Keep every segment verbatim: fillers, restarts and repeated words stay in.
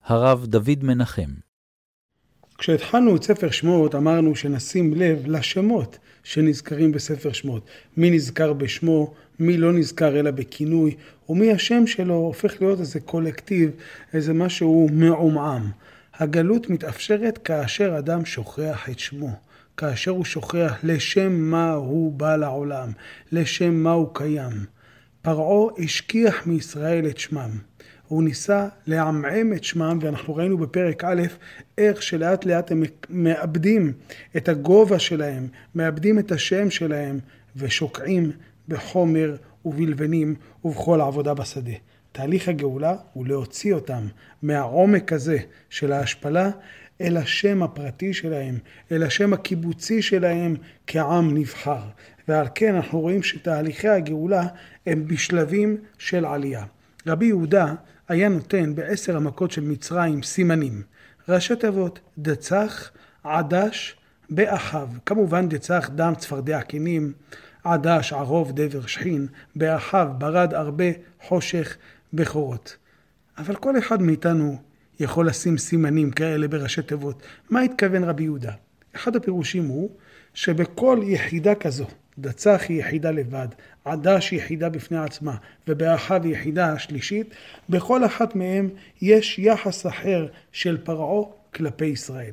הרב דוד מנחם. כשהתחלנו את ספר שמות אמרנו שנשים לב לשמות שנזכרים בספר שמות. מי נזכר בשמו, מי לא נזכר אלא בכינוי, ומי השם שלו הופך להיות איזה קולקטיב, איזה משהו מעומעם. הגלות מתאפשרת כאשר אדם שוכח את שמו, כאשר הוא שוכח לשם מה הוא בא לעולם, לשם מה הוא קיים. פרעה השכיח מישראל את שמם. הוא ניסה לעמעם את שמם, ואנחנו ראינו בפרק א' איך שלאט לאט הם מאבדים את הגובה שלהם, מאבדים את השם שלהם, ושוקעים בחומר ובלבנים ובכל העבודה בשדה. תהליך הגאולה הוא להוציא אותם מהעומק הזה של ההשפלה אל השם הפרטי שלהם, אל השם הקיבוצי שלהם כעם נבחר. ועל כן אנחנו רואים שתהליכי הגאולה הם בשלבים של עלייה. רבי יהודה היה נותן בעשר המכות של מצרים סימנים. ראשי תיבות, דצח, עדש, באחיו. כמובן דצח דם צפרדע קינים, עדש ערוב דבר שכין, באחיו ברד הרבה חושך בכורות. אבל כל אחד מאיתנו יכול לשים סימנים כאלה בראשי תיבות. מה התכוון רבי יהודה? אחד הפירושים הוא שבכל יחידה כזו, דצח היא יחידה לבד, עדש היא יחידה בפני עצמה, ובאחיו היא יחידה שלישית, בכל אחת מהם יש יחס אחר של פרעה כלפי ישראל.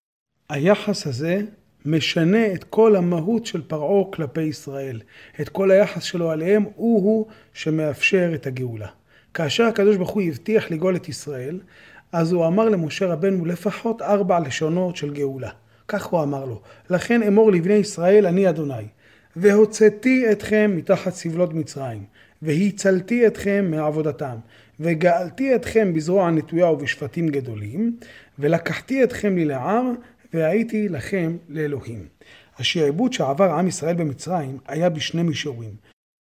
היחס הזה משנה את כל המהות של פרעה כלפי ישראל. את כל היחס שלו עליהם הוא-הוא שמאפשר את הגאולה. כאשר הקדוש ברוך הוא הבטיח לגאול את ישראל, אז הוא אמר למשה רבנו לפחות ארבע לשונות של גאולה. כך הוא אמר לו, לכן אמור לבני ישראל אני אדוני. והוצאתי אתכם מתחת סבלות מצרים, והצלתי אתכם מעבודתם, וגאלתי אתכם בזרוע נטויה ובשפטים גדולים, ולקחתי אתכם לי לעם, והייתי לכם לאלוהים. השעבוד שעבר עם ישראל במצרים היה בשני מישורים.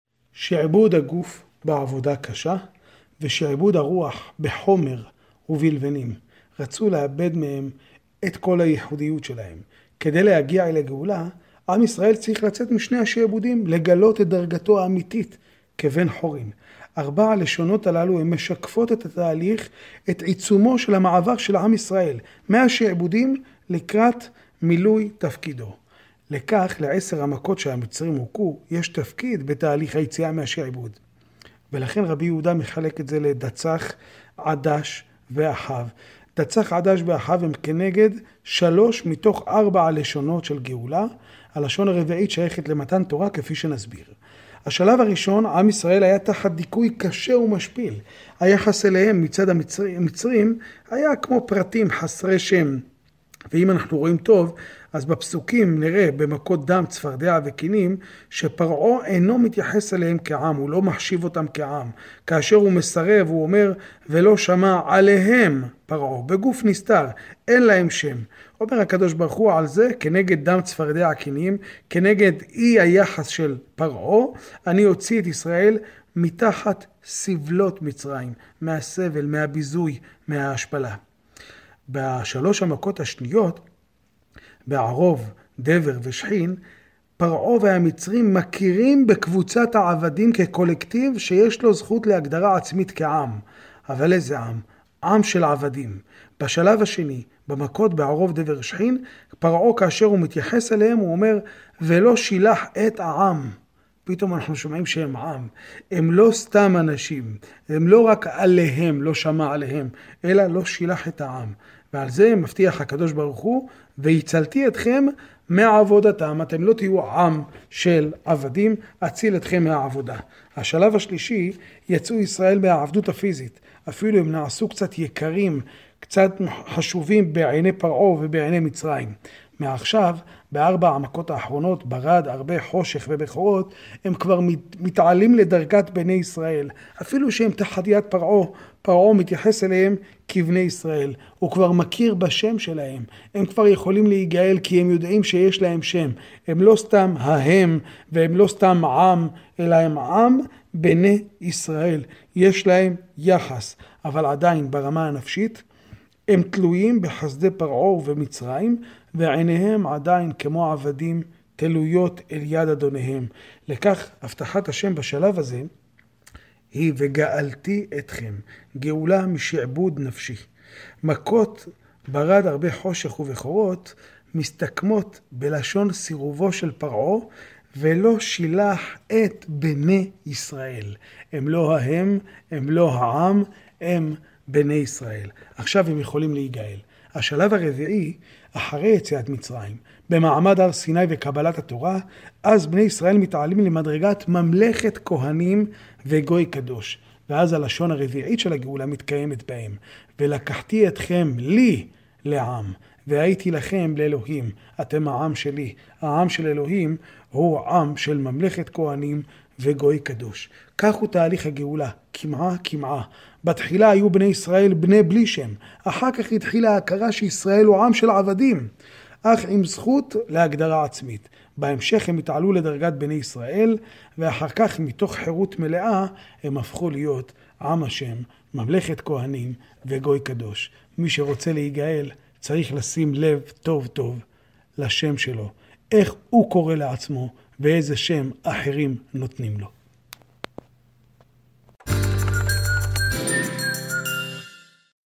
שעבוד הגוף בעבודה קשה, ושעבוד הרוח בחומר ובלבנים. רצו לאבד מהם את כל הייחודיות שלהם. כדי להגיע אל הגאולה, עם ישראל צריך לצאת משני השעבודים, לגלות את דרגתו האמיתית כבן חורין. ארבע הלשונות הללו הן משקפות את התהליך, את עיצומו של המעבר של עם ישראל, מהשעבודים לקראת מילוי תפקידו. לכך, לעשר המכות שהמצרים הוכו, יש תפקיד בתהליך היציאה מהשעבוד. ולכן רבי יהודה מחלק את זה לדצח, עדש ואחיו. דצח, עדש ואחיו הם כנגד שלוש מתוך ארבע הלשונות של גאולה. הלשון הרביעית שייכת למתן תורה כפי שנסביר. השלב הראשון, עם ישראל היה תחת דיכוי קשה ומשפיל. היחס אליהם מצד המצרים, המצרים היה כמו פרטים חסרי שם. ואם אנחנו רואים טוב, אז בפסוקים נראה במכות דם, צפרדע וקינים, שפרעה אינו מתייחס אליהם כעם, הוא לא מחשיב אותם כעם. כאשר הוא מסרב, הוא אומר, ולא שמע עליהם פרעה, בגוף נסתר, אין להם שם. אומר הקדוש ברוך הוא על זה, כנגד דם צפרדע קינים, כנגד אי היחס של פרעה, אני אוציא את ישראל מתחת סבלות מצרים, מהסבל, מהביזוי, מההשפלה. בשלוש המכות השניות, בערוב, דבר ושכין, פרעה והמצרים מכירים בקבוצת העבדים כקולקטיב שיש לו זכות להגדרה עצמית כעם. אבל איזה עם? עם של עבדים. בשלב השני, במכות בערוב דבר ושכין, פרעה כאשר הוא מתייחס אליהם, הוא אומר, ולא שילח את העם. פתאום אנחנו שומעים שהם עם. הם לא סתם אנשים. הם לא רק עליהם, לא שמע עליהם, אלא לא שילח את העם. ועל זה מבטיח הקדוש ברוך הוא, והצלתי אתכם מעבודתם. אתם לא תהיו עם של עבדים, אציל אתכם מהעבודה. השלב השלישי, יצאו ישראל מהעבדות הפיזית. אפילו הם נעשו קצת יקרים, קצת חשובים בעיני פרעה ובעיני מצרים. מעכשיו, בארבע המכות האחרונות, ברד, הרבה חושך ובכורות, הם כבר מתעלים לדרגת בני ישראל. אפילו שהם תחת יד פרעה, פרעה מתייחס אליהם כבני ישראל. הוא כבר מכיר בשם שלהם. הם כבר יכולים להיגאל כי הם יודעים שיש להם שם. הם לא סתם ההם והם לא סתם עם, אלא הם עם בני ישראל. יש להם יחס, אבל עדיין ברמה הנפשית, הם תלויים בחסדי פרעה ובמצרים, ועיניהם עדיין כמו עבדים תלויות אל יד אדוניהם. לכך הבטחת השם בשלב הזה היא וגאלתי אתכם, גאולה משעבוד נפשי. מכות ברד הרבה חושך ובכורות מסתכמות בלשון סירובו של פרעה, ולא שילח את בני ישראל. הם לא ההם, הם לא העם, הם בני ישראל. עכשיו הם יכולים להיגאל. השלב הרביעי, אחרי יציאת מצרים, במעמד הר סיני וקבלת התורה, אז בני ישראל מתעלים למדרגת ממלכת כהנים וגוי קדוש. ואז הלשון הרביעית של הגאולה מתקיימת בהם. ולקחתי אתכם לי לעם, והייתי לכם לאלוהים. אתם העם שלי. העם של אלוהים הוא עם של ממלכת כהנים וגוי קדוש. כך הוא תהליך הגאולה, כמעה כמעה. בתחילה היו בני ישראל בני בלי שם. אחר כך התחילה ההכרה שישראל הוא עם של עבדים, אך עם זכות להגדרה עצמית. בהמשך הם התעלו לדרגת בני ישראל, ואחר כך מתוך חירות מלאה הם הפכו להיות עם השם, ממלכת כהנים וגוי קדוש. מי שרוצה להיגאל צריך לשים לב טוב טוב לשם שלו, איך הוא קורא לעצמו ואיזה שם אחרים נותנים לו.